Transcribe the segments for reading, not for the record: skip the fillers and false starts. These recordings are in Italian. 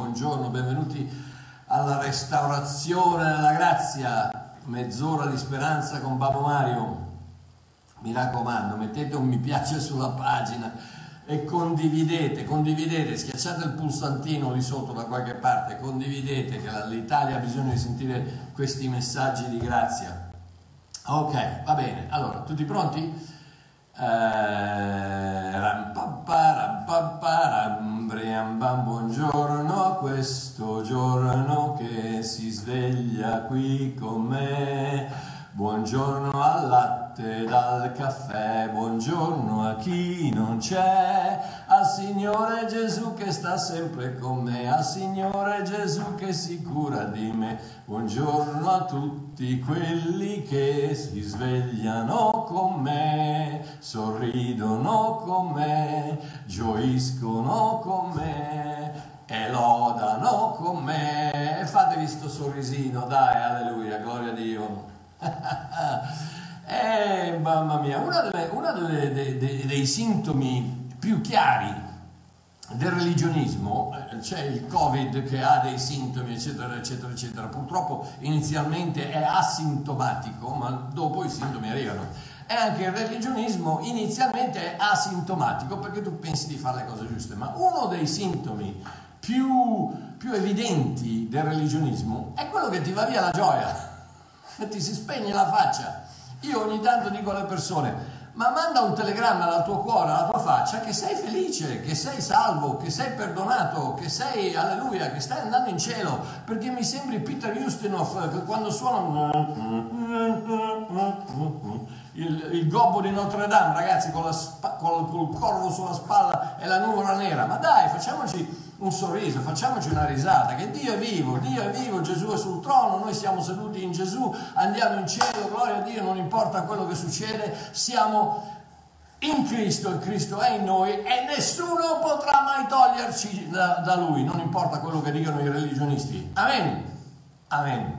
buongiorno, benvenuti alla restaurazione della grazia, mezz'ora di speranza con Babbo Mario. Mi raccomando, mettete un mi piace sulla pagina e condividete, schiacciate il pulsantino lì sotto da qualche parte, condividete che l'Italia ha bisogno di sentire questi messaggi di grazia. Ok, va bene, allora, tutti pronti? Buongiorno a questo giorno che si sveglia qui con me, buongiorno al latte dal caffè, buongiorno a chi non c'è, al Signore Gesù che sta sempre con me, al Signore Gesù che si cura di me, buongiorno a tutti quelli che si svegliano con me, sorridono con me, gioiscono con me e lodano con me. Fatevi sto sorrisino, dai, alleluia, gloria a Dio. Mamma mia, uno dei sintomi più chiari del religionismo, c'è il Covid che ha dei sintomi eccetera eccetera eccetera, purtroppo inizialmente è asintomatico ma dopo i sintomi arrivano, e anche il religionismo inizialmente è asintomatico perché tu pensi di fare le cose giuste, ma uno dei sintomi più evidenti del religionismo è quello che ti va via la gioia, ti si spegne la faccia. Io ogni tanto dico alle persone: ma manda un telegramma dal tuo cuore, alla tua faccia, che sei felice, che sei salvo, che sei perdonato, che sei, alleluia, che stai andando in cielo, perché mi sembri Peter Ustinov che quando suona il gobbo di Notre Dame, ragazzi, col corvo sulla spalla e la nuvola nera. Ma dai, facciamoci un sorriso, facciamoci una risata, che Dio è vivo, Gesù è sul trono, noi siamo seduti in Gesù, andiamo in cielo, gloria a Dio, non importa quello che succede, siamo in Cristo, il Cristo è in noi e nessuno potrà mai toglierci da Lui, non importa quello che dicono i religionisti. Amen, amen.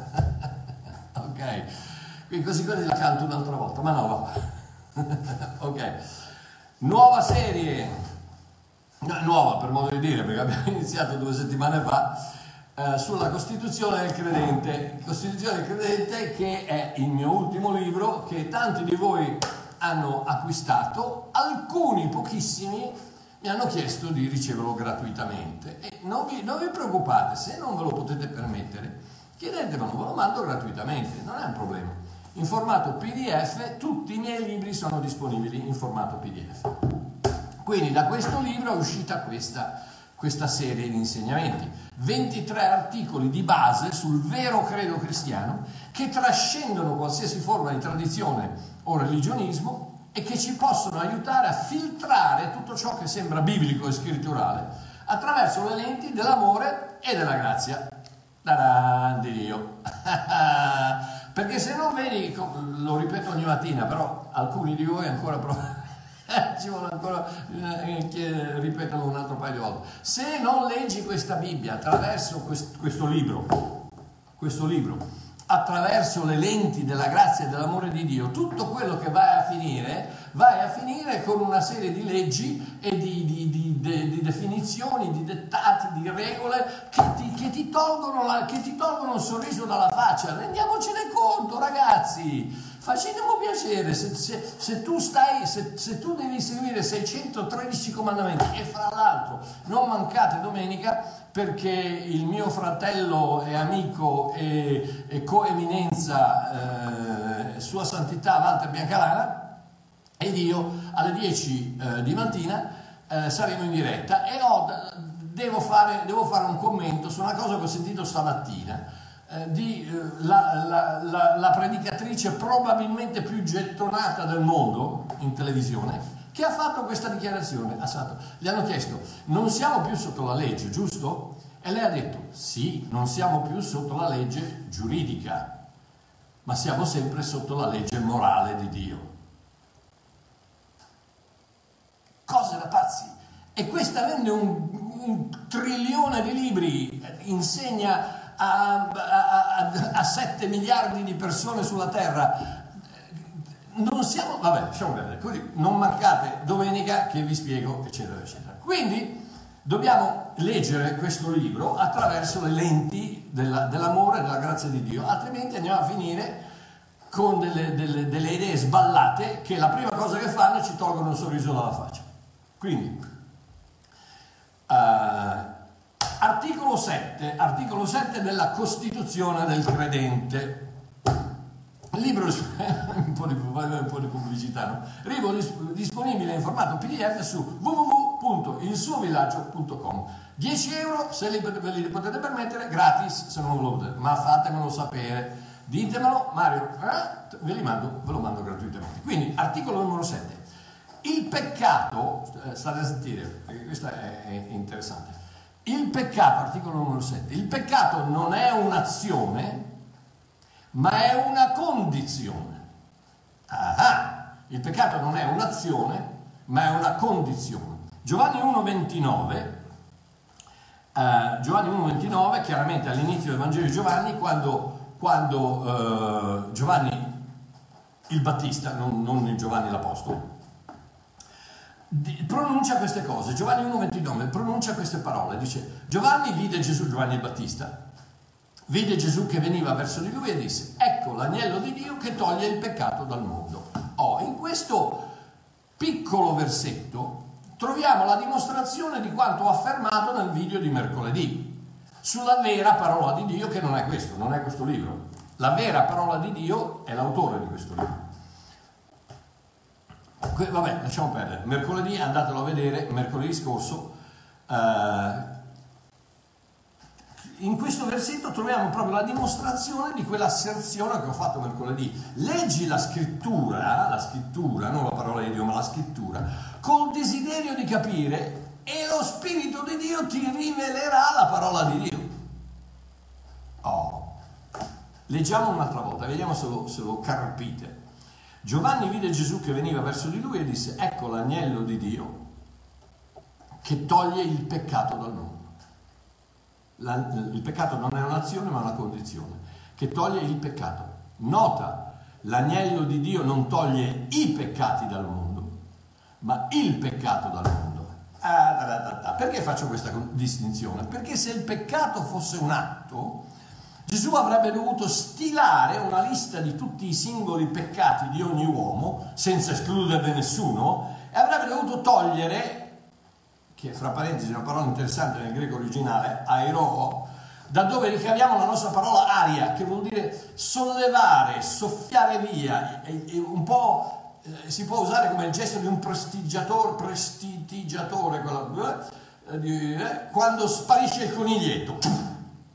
Ok, quindi così la canto un'altra volta, ma no, ok, nuova serie. Nuova per modo di dire, perché abbiamo iniziato 2 settimane fa sulla Costituzione del Credente. Costituzione del Credente, che è il mio ultimo libro, che tanti di voi hanno acquistato, alcuni pochissimi mi hanno chiesto di riceverlo gratuitamente, e non vi preoccupate, se non ve lo potete permettere chiedetemelo, ve lo mando gratuitamente, non è un problema, in formato PDF. Tutti i miei libri sono disponibili in formato PDF. Quindi da questo libro è uscita questa serie di insegnamenti, 23 articoli di base sul vero credo cristiano che trascendono qualsiasi forma di tradizione o religionismo e che ci possono aiutare a filtrare tutto ciò che sembra biblico e scritturale attraverso le lenti dell'amore e della grazia di Dio. Perché se non vedi, lo ripeto ogni mattina, però alcuni di voi ancora ci vuole ancora ripeterlo un altro paio di volte. Se non leggi questa Bibbia attraverso questo libro, attraverso le lenti della grazia e dell'amore di Dio, tutto quello che vai a finire con una serie di leggi e di definizioni, di dettati, di regole che ti tolgono il sorriso dalla faccia. Rendiamocene conto, ragazzi. Facciamo piacere, se tu devi seguire 613 comandamenti, e fra l'altro non mancate domenica, perché il mio fratello e amico e coeminenza, Sua Santità Walter Biancalana, ed io alle 10 di mattina saremo in diretta e devo fare un commento su una cosa che ho sentito stamattina, la predicatrice probabilmente più gettonata del mondo in televisione, che ha fatto questa dichiarazione. Gli hanno chiesto: non siamo più sotto la legge, giusto? E lei ha detto: sì, non siamo più sotto la legge giuridica, ma siamo sempre sotto la legge morale di Dio. Cose da pazzi. E questa vende un trilione di libri, insegna a 7 miliardi di persone sulla terra. Non siamo, vabbè, lasciamo perdere, così non mancate domenica che vi spiego eccetera eccetera. Quindi Dobbiamo leggere questo libro attraverso le lenti dell'amore e della grazia di Dio, altrimenti andiamo a finire con delle idee sballate che la prima cosa che fanno è ci tolgono il sorriso dalla faccia. Quindi, articolo 7 della Costituzione del credente. Il libro un po' di pubblicità, no? Libro disponibile in formato PDF su www.ilsuovillaggio.com. 10 euro se ve li potete permettere, gratis se non lo volete, ma fatemelo sapere, ditemelo, Mario, ve lo mando gratuitamente. Quindi, articolo numero 7. Il peccato, state a sentire, perché questo è interessante. Il peccato, articolo numero 7, il peccato non è un'azione, ma è una condizione. Il peccato non è un'azione, ma è una condizione. Giovanni 1,29, chiaramente all'inizio del Vangelo di Giovanni, quando Giovanni il Battista, non il Giovanni l'Apostolo, pronuncia queste cose. Giovanni 1,29 pronuncia queste parole, dice: Giovanni vide Gesù, Giovanni il Battista, vide Gesù che veniva verso di lui e disse: ecco l'agnello di Dio che toglie il peccato dal mondo. In questo piccolo versetto troviamo la dimostrazione di quanto ho affermato nel video di mercoledì sulla vera parola di Dio, che non è questo libro. La vera parola di Dio è l'autore di questo libro. Vabbè, lasciamo perdere. Mercoledì, andatelo a vedere, mercoledì scorso, in questo versetto troviamo proprio la dimostrazione di quell'asserzione che ho fatto mercoledì. Leggi la scrittura, non la parola di Dio, ma la scrittura, col desiderio di capire, e lo Spirito di Dio ti rivelerà la parola di Dio. Leggiamo un'altra volta, vediamo se lo carpite. Giovanni vide Gesù che veniva verso di lui e disse: ecco l'agnello di Dio che toglie il peccato dal mondo. Il peccato non è un'azione ma una condizione, che toglie il peccato. Nota, l'agnello di Dio non toglie i peccati dal mondo, ma il peccato dal mondo. Perché faccio questa distinzione? Perché se il peccato fosse un atto, Gesù avrebbe dovuto stilare una lista di tutti i singoli peccati di ogni uomo, senza escluderne nessuno, e avrebbe dovuto togliere, che fra parentesi è una parola interessante nel greco originale, aeroo, da dove ricaviamo la nostra parola aria, che vuol dire sollevare, soffiare via, e un po' si può usare come il gesto di un prestigiatore quando sparisce il coniglietto.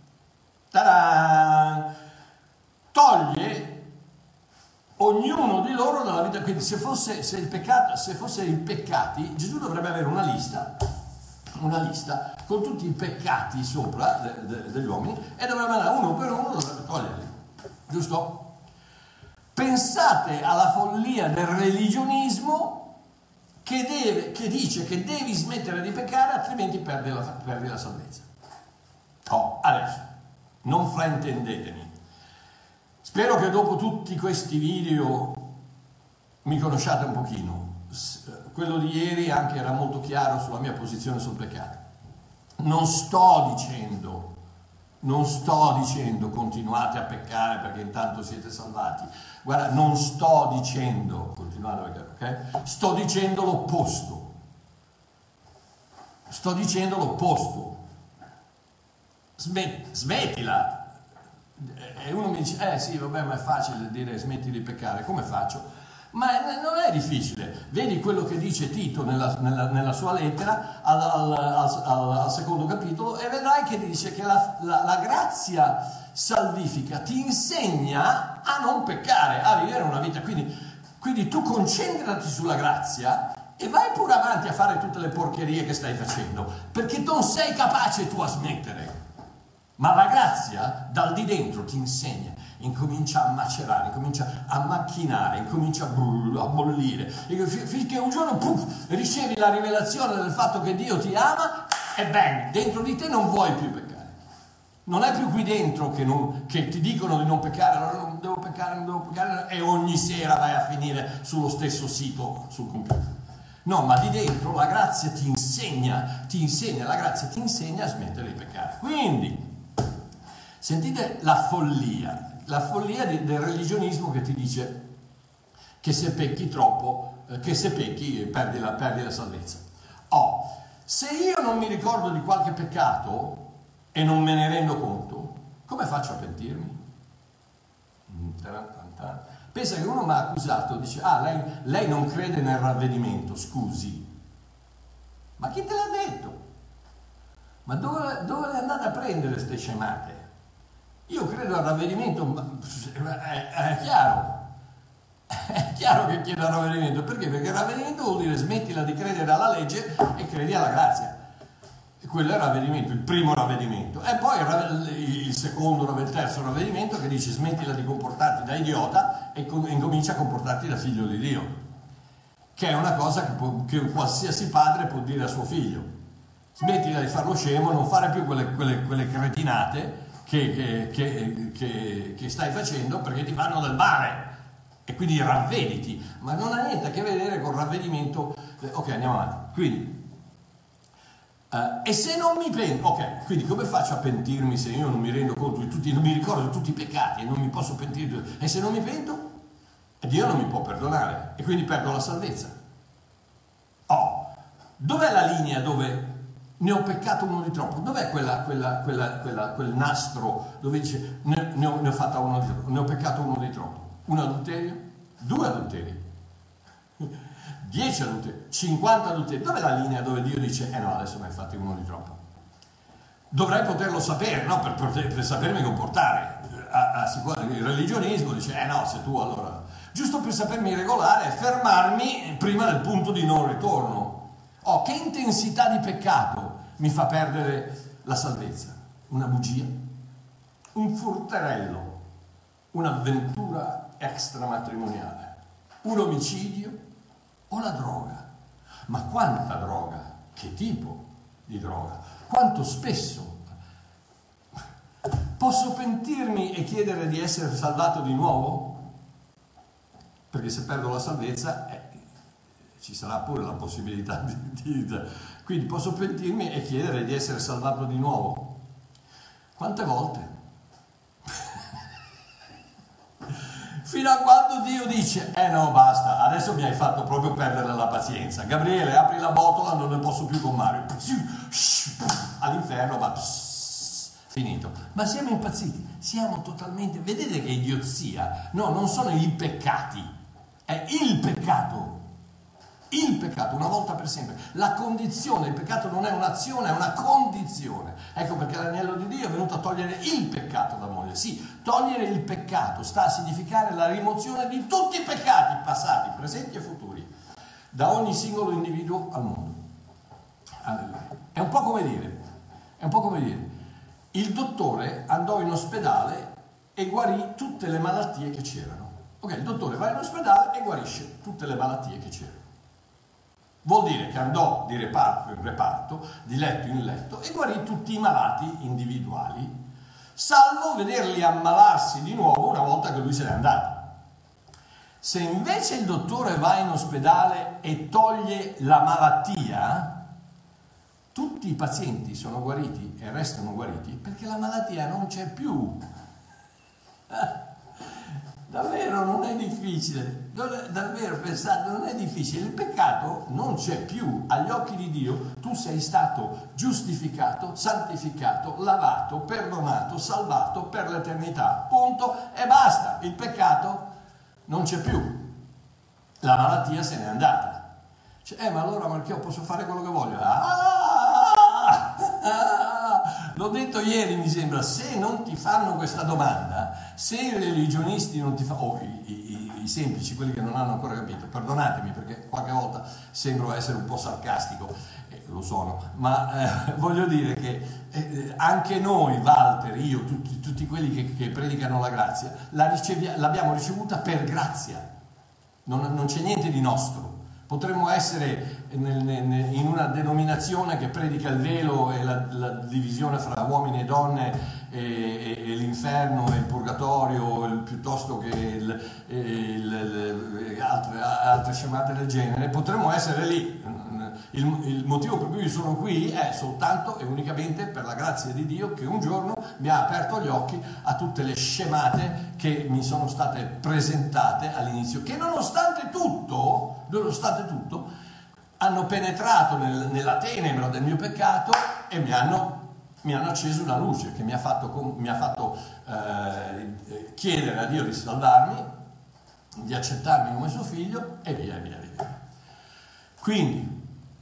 Ta-da! Toglie ognuno di loro dalla vita. Quindi se fosse i peccati, Gesù dovrebbe avere una lista con tutti i peccati sopra degli uomini, e dovrebbe andare uno per uno, dovrebbe toglierli, giusto? Pensate alla follia del religionismo che dice che devi smettere di peccare, altrimenti perdi la salvezza. Adesso non fraintendetemi. Spero che dopo tutti questi video mi conosciate un pochino. Quello di ieri anche era molto chiaro sulla mia posizione sul peccato. Non sto dicendo continuate a peccare perché intanto siete salvati. Guarda, non sto dicendo continuate a peccare, ok? Sto dicendo l'opposto. Smettila. E uno mi dice: sì, vabbè, ma è facile dire smetti di peccare. Come faccio? Ma non è difficile. Vedi quello che dice Tito nella sua lettera al secondo capitolo, e vedrai che dice che la grazia salvifica ti insegna a non peccare, a vivere una vita. Quindi tu concentrati sulla grazia e vai pure avanti a fare tutte le porcherie che stai facendo, perché non sei capace tu a smettere. Ma la grazia dal di dentro ti insegna, incomincia a macerare, incomincia a macchinare, incomincia a bollire, finché un giorno ricevi la rivelazione del fatto che Dio ti ama, e bene, dentro di te non vuoi più peccare. Non è più qui dentro che ti dicono di non peccare, allora non devo peccare, e ogni sera vai a finire sullo stesso sito sul computer. No, ma di dentro la grazia ti insegna insegna, la grazia ti insegna a smettere di peccare. Quindi, sentite la follia del religionismo che ti dice che se pecchi troppo, che se pecchi perdi la salvezza. Se io non mi ricordo di qualche peccato e non me ne rendo conto, come faccio a pentirmi? Pensa che uno mi ha accusato, dice, lei non crede nel ravvedimento, scusi. Ma chi te l'ha detto? Ma dove le andate a prendere queste scemate? Io credo al ravvedimento, è chiaro. È chiaro che chiedo il ravvedimento, perché? Perché il ravvedimento vuol dire smettila di credere alla legge e credi alla grazia. E quello è il ravvedimento, il primo ravvedimento. E poi il secondo, il terzo ravvedimento che dice smettila di comportarti da idiota e incomincia a comportarti da figlio di Dio. Che è una cosa che qualsiasi padre può dire a suo figlio. Smettila di fare lo scemo, non fare più quelle cretinate che stai facendo perché ti fanno del male. E quindi ravvediti, ma non ha niente a che vedere con ravvedimento. Ok, andiamo avanti. Quindi, e se non mi pento, ok, quindi come faccio a pentirmi se io non mi rendo conto di tutti, non mi ricordo di tutti i peccati e non mi posso pentire? E se non mi pento, Dio non mi può perdonare e quindi perdo la salvezza. Dov'è la linea dove ne ho peccato uno di troppo? Dov'è quel nastro dove dice ne ho fatta uno di troppo, ne ho peccato uno di troppo? Un adulterio, 2 adulteri, 10 adulteri, 50 adulteri. Dov'è la linea dove Dio dice no, adesso ne hai fatti uno di troppo? Dovrei poterlo sapere, no? Per sapermi comportare. Il religionismo dice no, se tu allora, giusto per sapermi regolare e fermarmi prima del punto di non ritorno. Che intensità di peccato mi fa perdere la salvezza? Una bugia, un furterello, un'avventura extramatrimoniale, un omicidio o la droga. Ma quanta droga? Che tipo di droga? Quanto spesso? Posso pentirmi e chiedere di essere salvato di nuovo? Perché se perdo la salvezza ci sarà pure la possibilità quindi posso pentirmi e chiedere di essere salvato di nuovo. Quante volte? Fino a quando Dio dice no, basta, adesso mi hai fatto proprio perdere la pazienza. Gabriele, apri la botola, non ne posso più con Mario. All'inferno va finito. Ma siamo impazziti, siamo totalmente... Vedete che idiozia? No, non sono i peccati, è il peccato. Il peccato, una volta per sempre. La condizione, il peccato non è un'azione, è una condizione. Ecco perché l'agnello di Dio è venuto a togliere il peccato da moglie. Sì, togliere il peccato sta a significare la rimozione di tutti i peccati, passati, presenti e futuri, da ogni singolo individuo al mondo. Alleluia. È un po' come dire, il dottore andò in ospedale e guarì tutte le malattie che c'erano. Ok, il dottore va in ospedale e guarisce tutte le malattie che c'erano. Vuol dire che andò di reparto in reparto, di letto in letto e guarì tutti i malati individuali, salvo vederli ammalarsi di nuovo una volta che lui se n'è andato. Se invece il dottore va in ospedale e toglie la malattia, tutti i pazienti sono guariti e restano guariti perché la malattia non c'è più. Davvero non è difficile, davvero pensate, non è difficile, il peccato non c'è più agli occhi di Dio. Tu sei stato giustificato, santificato, lavato, perdonato, salvato per l'eternità, punto e basta. Il peccato non c'è più, la malattia se n'è andata. Ma allora Marchio, posso fare quello che voglio? L'ho detto ieri, mi sembra, se non ti fanno questa domanda, se i religionisti non ti fanno, i semplici, quelli che non hanno ancora capito, perdonatemi perché qualche volta sembro essere un po' sarcastico, lo sono, ma voglio dire che anche noi, Walter, io, tutti quelli che predicano la grazia, l'abbiamo ricevuta per grazia, non c'è niente di nostro. Potremmo essere in una denominazione che predica il velo e la divisione fra uomini e donne e l'inferno e il purgatorio piuttosto che altre scemate del genere. Potremmo essere lì, il motivo per cui sono qui è soltanto e unicamente per la grazia di Dio che un giorno mi ha aperto gli occhi a tutte le scemate che mi sono state presentate all'inizio, che nonostante tutto hanno penetrato nella tenebra del mio peccato e mi hanno acceso una luce che mi ha fatto chiedere a Dio di salvarmi, di accettarmi come suo figlio e via via via. Quindi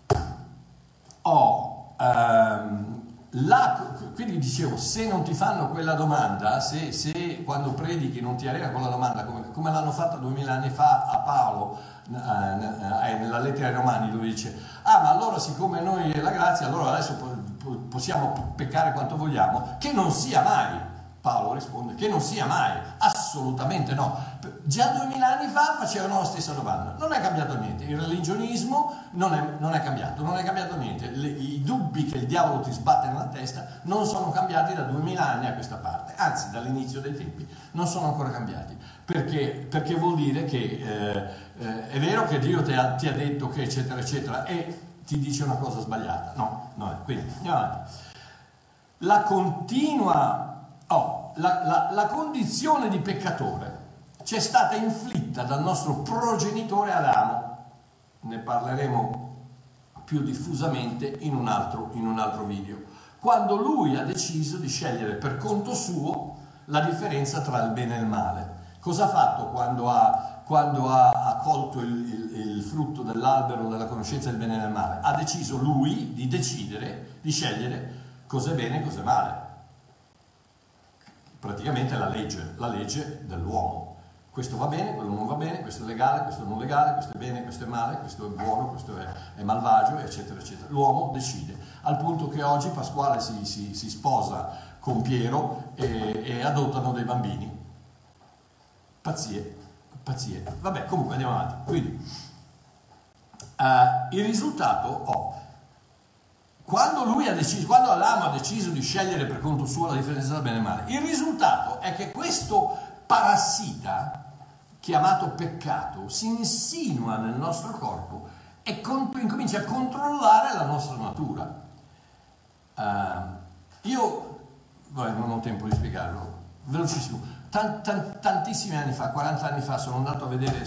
quindi dicevo, se non ti fanno quella domanda, se quando predichi non ti arriva quella domanda, come l'hanno fatta 2000 anni fa a Paolo nella lettera ai Romani, dove dice: ah, ma allora siccome noi è la grazia, allora adesso possiamo peccare quanto vogliamo, che non sia mai. Paolo risponde che non sia mai, assolutamente no. Già 2000 anni fa facevano la stessa domanda, non è cambiato niente, il religionismo non è cambiato niente, i dubbi che il diavolo ti sbatte nella testa non sono cambiati da 2000 anni a questa parte, anzi dall'inizio dei tempi non sono ancora cambiati, perché vuol dire che è vero che Dio ti ha detto che eccetera eccetera e ti dice una cosa sbagliata, no, quindi andiamo avanti. La condizione di peccatore ci è stata inflitta dal nostro progenitore Adamo, ne parleremo più diffusamente in un altro video, quando lui ha deciso di scegliere per conto suo la differenza tra il bene e il male. Cosa ha fatto quando ha colto il frutto dell'albero della conoscenza del bene e del male? Ha deciso lui di scegliere cosa è bene e cosa è male. Praticamente la legge dell'uomo. Questo va bene, quello non va bene, questo è legale, questo è non legale, questo è bene, questo è male, questo è buono, questo è malvagio, eccetera, eccetera. L'uomo decide, al punto che oggi Pasquale si sposa con Piero e adottano dei bambini. Pazzie. Vabbè, comunque andiamo avanti. Quindi, il risultato, quando Adamo ha deciso di scegliere per conto suo la differenza tra bene e male, il risultato è che questo parassita chiamato peccato si insinua nel nostro corpo e incomincia a controllare la nostra natura. Non ho tempo di spiegarlo, velocissimo. Tantissimi anni fa, 40 anni fa, sono andato a vedere,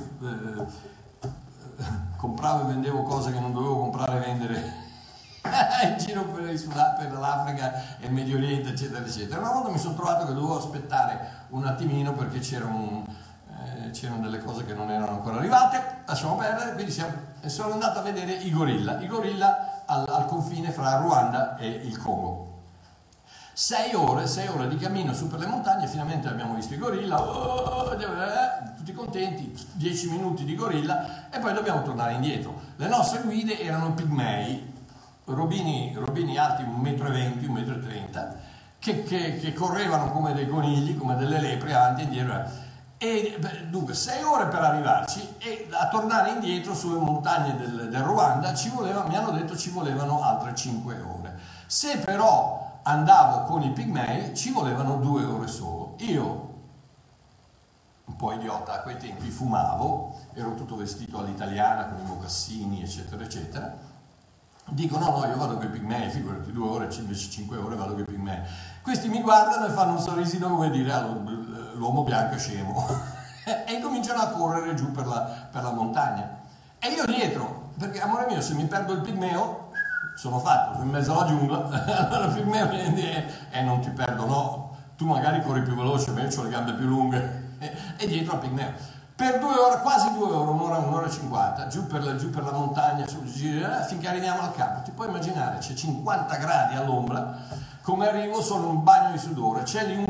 compravo e vendevo cose che non dovevo comprare e vendere in giro per l'Africa e il Medio Oriente, eccetera, eccetera. Una volta mi sono trovato che dovevo aspettare un attimino perché c'erano delle cose che non erano ancora arrivate, lasciamo perdere, quindi sono andato a vedere i gorilla al confine fra Ruanda e il Congo. 6 ore di cammino su per le montagne, finalmente abbiamo visto i gorilla, tutti contenti, 10 minuti di gorilla e poi dobbiamo tornare indietro. Le nostre guide erano pigmei, robini alti 1,20 m, 1,30 m, che correvano come dei conigli, come delle lepri, avanti e indietro. E dunque 6 ore per arrivarci e a tornare indietro sulle montagne del Ruanda mi hanno detto ci volevano altre 5 ore. Se però andavo con i pigmei ci volevano 2 ore solo. Io, un po' idiota, a quei tempi fumavo, ero tutto vestito all'italiana con i mocassini eccetera eccetera. Dico no, io vado con i pigmei, figurati 2 ore, invece 5 ore vado con i pigmei. Questi mi guardano e fanno un sorrisino come dire l'uomo bianco è scemo e cominciano a correre giù per la montagna e io dietro, perché amore mio, se mi perdo il pigmeo sono fatto, sono in mezzo alla giungla. Allora il pigmeo viene a dire non ti perdo, no, tu magari corri più veloce, ma io ho le gambe più lunghe e dietro al pigmeo per 2 ore, quasi 2 ore, un'ora e 50 giù per la montagna finché arriviamo al campo. Ti puoi immaginare, c'è 50 gradi all'ombra, come arrivo sono un bagno di sudore, c'è lì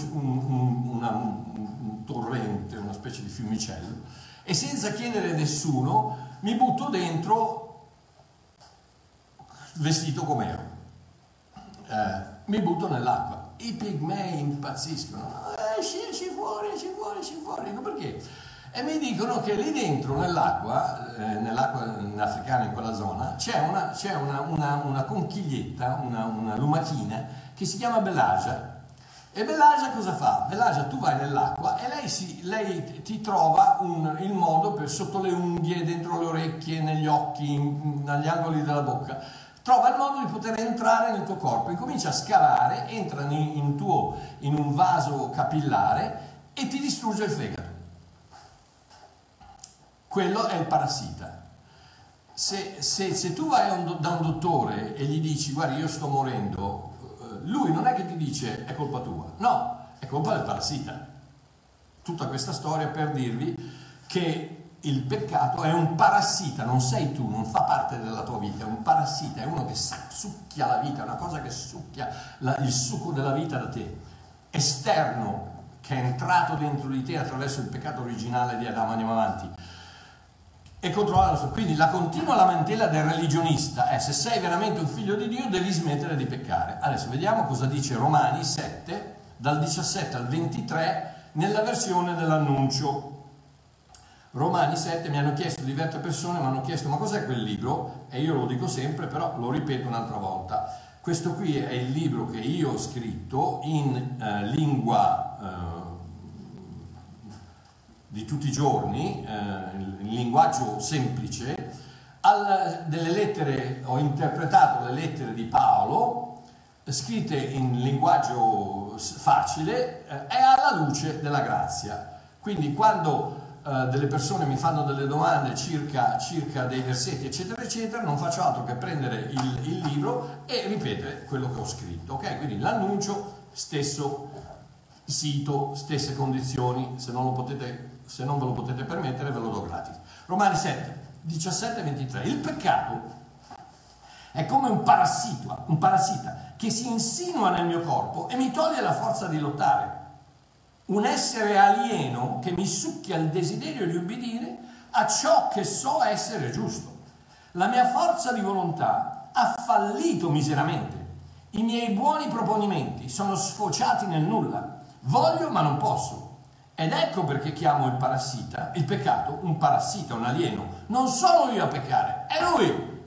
un torrente, una specie di fiumicello e senza chiedere a nessuno mi butto dentro vestito com'ero, mi butto nell'acqua. I pigmei impazziscono, esci fuori, dico perché? E mi dicono che lì dentro nell'acqua in africana, in quella zona, c'è una conchiglietta, una lumachina che si chiama belagia E Belagia cosa fa? Belagia, tu vai nell'acqua e lei ti trova il modo per sotto le unghie, dentro le orecchie, negli occhi, agli angoli della bocca. Trova il modo di poter entrare nel tuo corpo, incomincia a scavare, entra in un vaso capillare e ti distrugge il fegato. Quello è il parassita. Se tu vai da un dottore e gli dici guarda io sto morendo, lui non è che ti dice è colpa tua, no, è colpa del parassita. Tutta questa storia per dirvi che il peccato è un parassita, non sei tu, non fa parte della tua vita, è un parassita, è uno che succhia la vita, è una cosa che succhia il succo della vita da te, esterno, che è entrato dentro di te attraverso il peccato originale di Adamo. Andiamo avanti. E controllare. Quindi la continua lamentela del religionista è: se sei veramente un figlio di Dio devi smettere di peccare. Adesso vediamo cosa dice Romani 7 dal 17 al 23 nella versione dell'annuncio. Romani 7, mi hanno chiesto diverse persone, mi hanno chiesto ma cos'è quel libro? E io lo dico sempre, però lo ripeto un'altra volta. Questo qui è il libro che io ho scritto in lingua di tutti i giorni, in linguaggio semplice, delle lettere, ho interpretato le lettere di Paolo, scritte in linguaggio facile e alla luce della grazia. Quindi quando delle persone mi fanno delle domande circa dei versetti eccetera eccetera, non faccio altro che prendere il libro e ripetere quello che ho scritto, ok? Quindi l'annuncio, stesso sito, stesse condizioni, se non ve lo potete permettere ve lo do gratis. Romani 7, 17 e 23. Il peccato è come un parassita che si insinua nel mio corpo e mi toglie la forza di lottare. Un essere alieno che mi succhia il desiderio di ubbidire a ciò che so essere giusto. La mia forza di volontà ha fallito miseramente. I miei buoni proponimenti sono sfociati nel nulla. Voglio ma non posso. Ed ecco perché chiamo il peccato, un parassita, un alieno. Non sono io a peccare, è lui.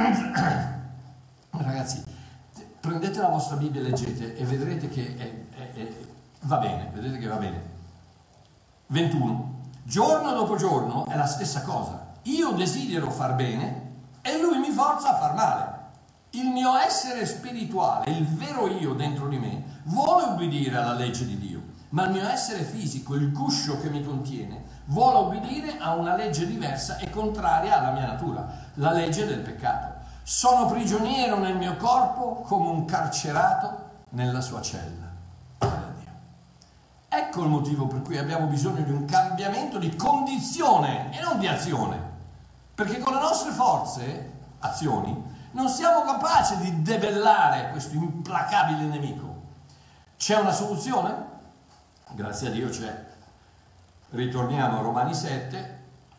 Ragazzi, prendete la vostra Bibbia e leggete e vedrete che va bene, vedete che va bene. 21. Giorno dopo giorno è la stessa cosa. Io desidero far bene e lui mi forza a far male. Il mio essere spirituale, il vero io dentro di me, vuole ubbidire alla legge di Dio, ma il mio essere fisico, il guscio che mi contiene, vuole ubbidire a una legge diversa e contraria alla mia natura, la legge del peccato. Sono prigioniero nel mio corpo come un carcerato nella sua cella. Ecco il motivo per cui abbiamo bisogno di un cambiamento di condizione e non di azione, perché con le nostre forze, azioni, non siamo capaci di debellare questo implacabile nemico. C'è una soluzione? Grazie a Dio c'è. Ritorniamo a Romani 7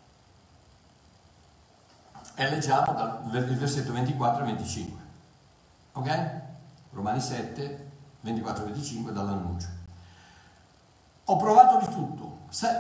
e leggiamo il versetto 24 e 25. Ok? Romani 7, 24 e 25 dall'annuncio. Ho provato di tutto.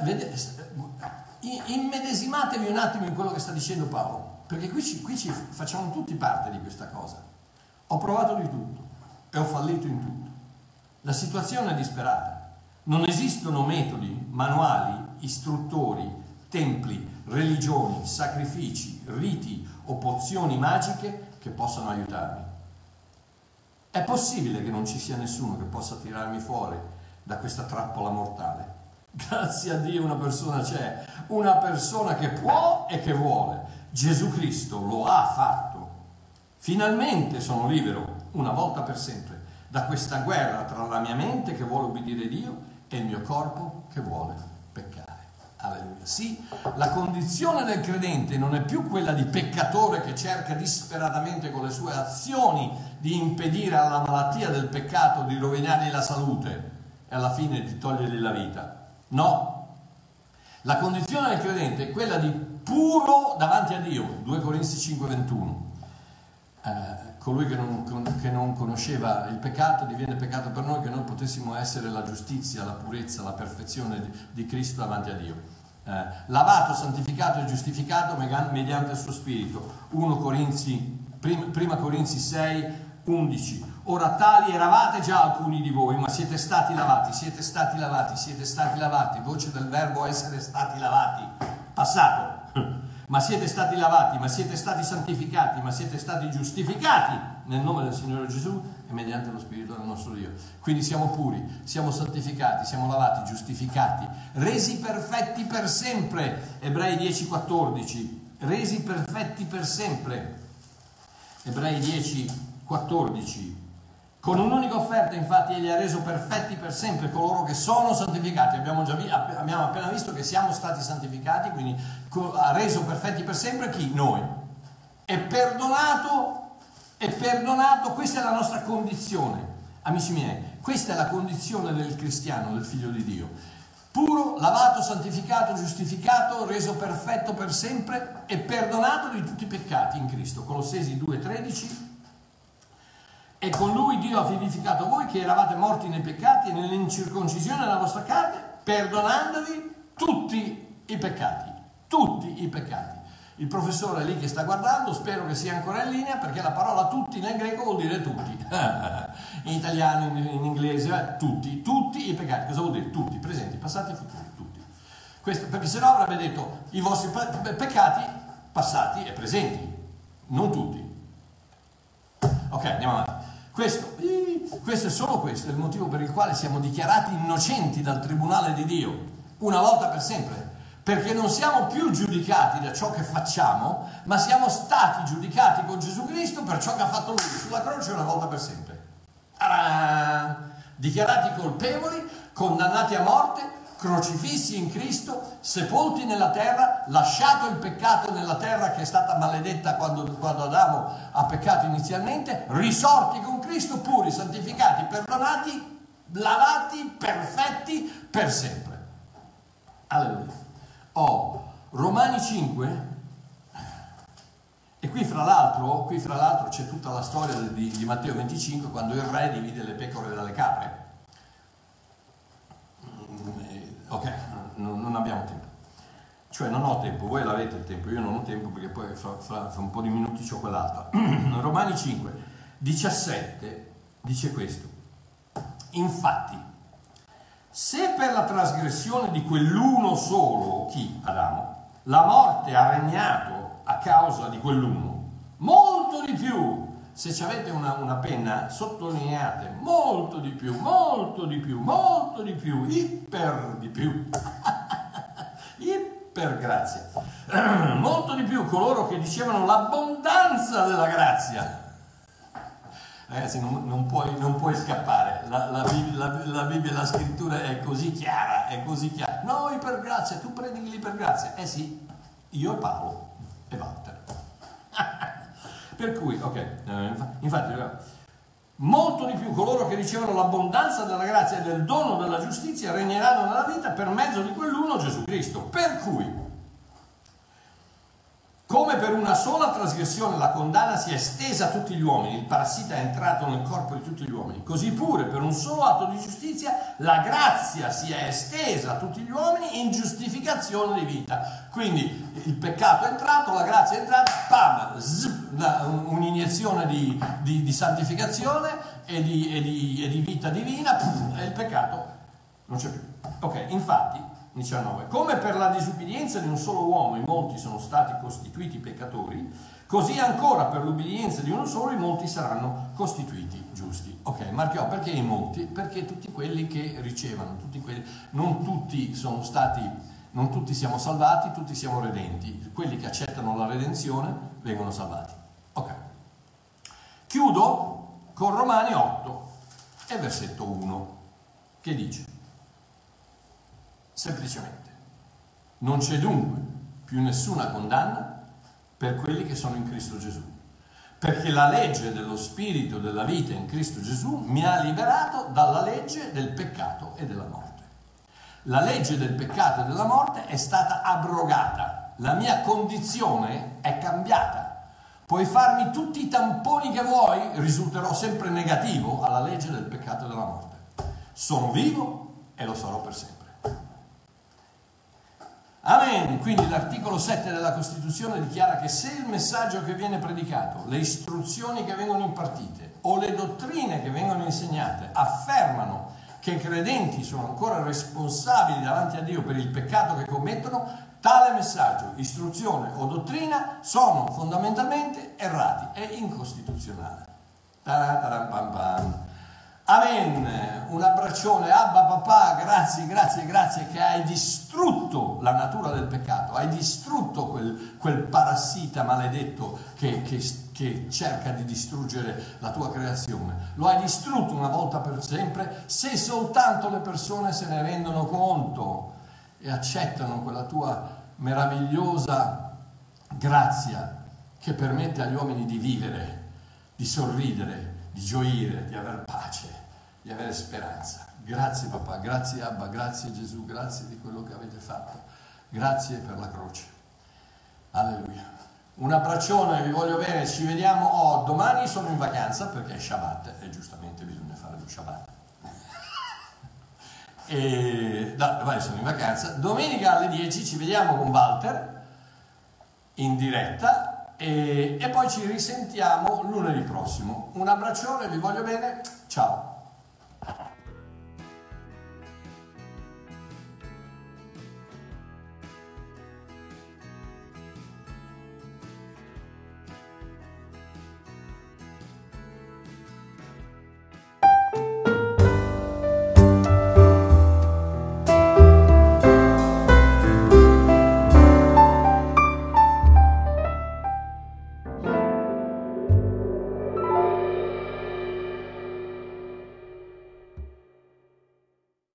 Immedesimatevi un attimo in quello che sta dicendo Paolo, perché qui ci facciamo tutti parte di questa cosa. Ho provato di tutto e ho fallito in tutto. La situazione è disperata. Non esistono metodi, manuali, istruttori, templi, religioni, sacrifici, riti o pozioni magiche che possano aiutarmi. È possibile che non ci sia nessuno che possa tirarmi fuori da questa trappola mortale. Grazie a Dio una persona c'è, una persona che può e che vuole. Gesù Cristo lo ha fatto. Finalmente sono libero, una volta per sempre, da questa guerra tra la mia mente che vuole obbedire a Dio e il mio corpo che vuole peccare. Alleluia. Sì, la condizione del credente non è più quella di peccatore che cerca disperatamente con le sue azioni di impedire alla malattia del peccato di rovinargli la salute e alla fine di togliergli la vita. No, la condizione del credente è quella di puro davanti a Dio. 2 Corinzi 5:21. Colui che non conosceva il peccato diviene peccato per noi, che noi potessimo essere la giustizia, la purezza, la perfezione di Cristo davanti a Dio. Lavato, santificato e giustificato mediante il suo spirito. 1 Corinzi 6, 11. Ora tali eravate già alcuni di voi, ma siete stati lavati, siete stati lavati, siete stati lavati, voce del verbo essere stati lavati, passato. Ma siete stati lavati, ma siete stati santificati, ma siete stati giustificati nel nome del Signore Gesù e mediante lo Spirito del nostro Dio. Quindi siamo puri, siamo santificati, siamo lavati, giustificati, resi perfetti per sempre. Ebrei 10,14. Resi perfetti per sempre. Ebrei 10,14. Con un'unica offerta, infatti, egli ha reso perfetti per sempre coloro che sono santificati. Abbiamo appena visto che siamo stati santificati, quindi ha reso perfetti per sempre chi? Noi. È perdonato, questa è la nostra condizione. Amici miei, questa è la condizione del cristiano, del figlio di Dio. Puro, lavato, santificato, giustificato, reso perfetto per sempre e perdonato di tutti i peccati in Cristo. Colossesi 2,13. E con lui Dio ha vivificato voi che eravate morti nei peccati e nell'incirconcisione della vostra carne, perdonandovi tutti i peccati. Tutti i peccati. Il professore lì che sta guardando, spero che sia ancora in linea, perché la parola tutti nel greco vuol dire tutti. In italiano, in inglese, tutti i peccati. Cosa vuol dire? Tutti, presenti, passati e futuri, tutti. Questo, perché se no avrebbe detto i vostri peccati passati e presenti, non tutti. Ok, andiamo avanti. Questo è solo questo, è il motivo per il quale siamo dichiarati innocenti dal tribunale di Dio, una volta per sempre, perché non siamo più giudicati da ciò che facciamo, ma siamo stati giudicati con Gesù Cristo per ciò che ha fatto Lui sulla croce una volta per sempre. Ta-da! Dichiarati colpevoli, condannati a morte, crocifissi in Cristo, sepolti nella terra, lasciato il peccato nella terra che è stata maledetta quando Adamo ha peccato inizialmente, risorti con Cristo, puri, santificati, perdonati, lavati, perfetti per sempre. Alleluia. Romani 5, e qui fra l'altro c'è tutta la storia di Matteo 25, quando il re divide le pecore dalle capre. Ok, non abbiamo tempo, cioè non ho tempo, voi l'avete il tempo, io non ho tempo perché poi fra un po' di minuti c'ho quell'altro. Romani 5, 17 dice questo: infatti, se per la trasgressione di quell'uno solo, chi? Adamo, la morte ha regnato a causa di quell'uno, molto di più. Se ci avete una penna, sottolineate molto di più, molto di più, molto di più, iper di più, iper grazia, molto di più coloro che dicevano l'abbondanza della grazia. Ragazzi, non puoi scappare, la Bibbia, la scrittura è così chiara, No, iper grazia, tu predichi l'iper grazia. Sì, io e Paolo e Walter. Per cui, infatti, molto di più coloro che ricevono l'abbondanza della grazia e del dono della giustizia regneranno nella vita per mezzo di quell'uno, Gesù Cristo. Per cui, come per una sola trasgressione la condanna si è estesa a tutti gli uomini, il parassita è entrato nel corpo di tutti gli uomini, così pure per un solo atto di giustizia la grazia si è estesa a tutti gli uomini in giustificazione di vita. Quindi il peccato è entrato, la grazia è entrata, pam, un'iniezione di santificazione e di vita divina, e il peccato non c'è più. Ok, infatti 19. Come per la disubbidienza di un solo uomo i molti sono stati costituiti peccatori, così ancora per l'ubbidienza di uno solo i molti saranno costituiti giusti. Ok, marchiò, perché i molti? Perché tutti quelli che ricevono, non tutti siamo salvati, tutti siamo redenti. Quelli che accettano la redenzione vengono salvati. Ok. Chiudo con Romani 8 e versetto 1, che dice: semplicemente, non c'è dunque più nessuna condanna per quelli che sono in Cristo Gesù, perché la legge dello Spirito della vita in Cristo Gesù mi ha liberato dalla legge del peccato e della morte. La legge del peccato e della morte è stata abrogata, la mia condizione è cambiata. Puoi farmi tutti i tamponi che vuoi, risulterò sempre negativo alla legge del peccato e della morte. Sono vivo e lo sarò per sempre. Amen. Quindi l'articolo 7 della Costituzione dichiara che se il messaggio che viene predicato, le istruzioni che vengono impartite o le dottrine che vengono insegnate affermano che i credenti sono ancora responsabili davanti a Dio per il peccato che commettono, tale messaggio, istruzione o dottrina sono fondamentalmente errati e incostituzionali. Amen. Un abbraccione, Abba papà, grazie che hai distrutto la natura del peccato, hai distrutto quel parassita maledetto che cerca di distruggere la tua creazione. Lo hai distrutto una volta per sempre, se soltanto le persone se ne rendono conto e accettano quella tua meravigliosa grazia che permette agli uomini di vivere, di sorridere, di gioire, di aver pace, di avere speranza. Grazie papà, grazie Abba, grazie Gesù, grazie di quello che avete fatto, grazie per la croce. Alleluia. Un abbraccione, vi voglio bene, ci vediamo. Domani sono in vacanza perché è Shabbat e giustamente bisogna fare lo Shabbat. Domani sono in vacanza. Domenica alle 10 ci vediamo con Walter in diretta. E poi ci risentiamo lunedì prossimo. Un abbraccione, vi voglio bene, ciao.